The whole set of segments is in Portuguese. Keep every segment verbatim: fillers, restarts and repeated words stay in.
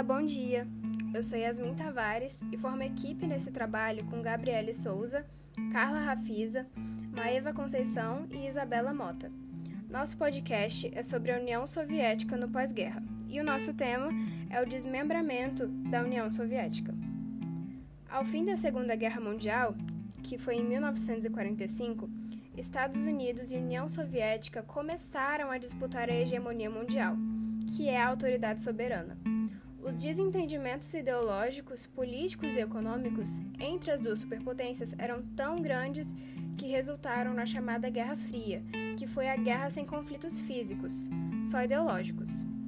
Olá, bom dia! Eu sou Yasmin Tavares e formo equipe nesse trabalho com Gabriele Souza, Carla Rafisa, Maeva Conceição e Isabela Mota. Nosso podcast é sobre a União Soviética no pós-guerra e o nosso tema é o desmembramento da União Soviética. Ao fim da Segunda Guerra Mundial, que foi em mil novecentos e quarenta e cinco, Estados Unidos e União Soviética começaram a disputar a hegemonia mundial, que é a autoridade soberana. Os desentendimentos ideológicos, políticos e econômicos entre as duas superpotências eram tão grandes que resultaram na chamada Guerra Fria, que foi a guerra sem conflitos físicos, só ideológicos.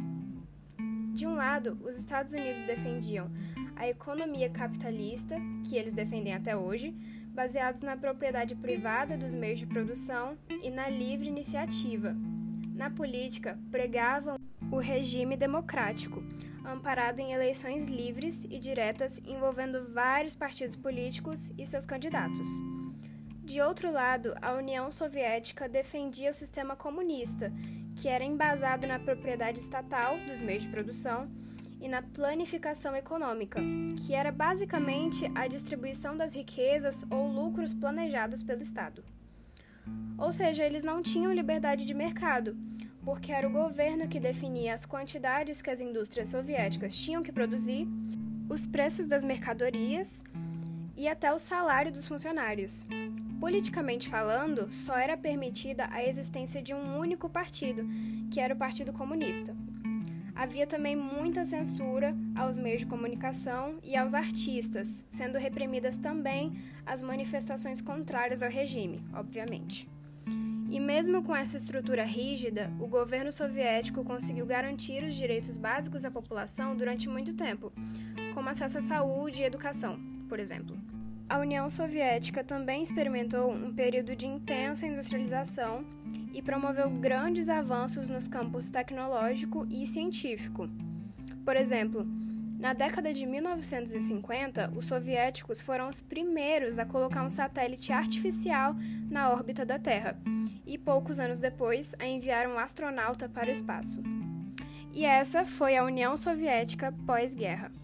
De um lado, os Estados Unidos defendiam a economia capitalista, que eles defendem até hoje, baseados na propriedade privada dos meios de produção e na livre iniciativa. Na política, pregavam o regime democrático, amparado em eleições livres e diretas envolvendo vários partidos políticos e seus candidatos. De outro lado, a União Soviética defendia o sistema comunista, que era embasado na propriedade estatal dos meios de produção e na planificação econômica, que era basicamente a distribuição das riquezas ou lucros planejados pelo Estado. Ou seja, eles não tinham liberdade de mercado, porque era o governo que definia as quantidades que as indústrias soviéticas tinham que produzir, os preços das mercadorias e até o salário dos funcionários. Politicamente falando, só era permitida a existência de um único partido, que era o Partido Comunista. Havia também muita censura aos meios de comunicação e aos artistas, sendo reprimidas também as manifestações contrárias ao regime, obviamente. E mesmo com essa estrutura rígida, o governo soviético conseguiu garantir os direitos básicos à população durante muito tempo, como acesso à saúde e educação, por exemplo. A União Soviética também experimentou um período de intensa industrialização e promoveu grandes avanços nos campos tecnológico e científico. Por exemplo, na década de mil novecentos e cinquenta, os soviéticos foram os primeiros a colocar um satélite artificial na órbita da Terra e poucos anos depois a enviar um astronauta para o espaço. E essa foi a União Soviética pós-guerra.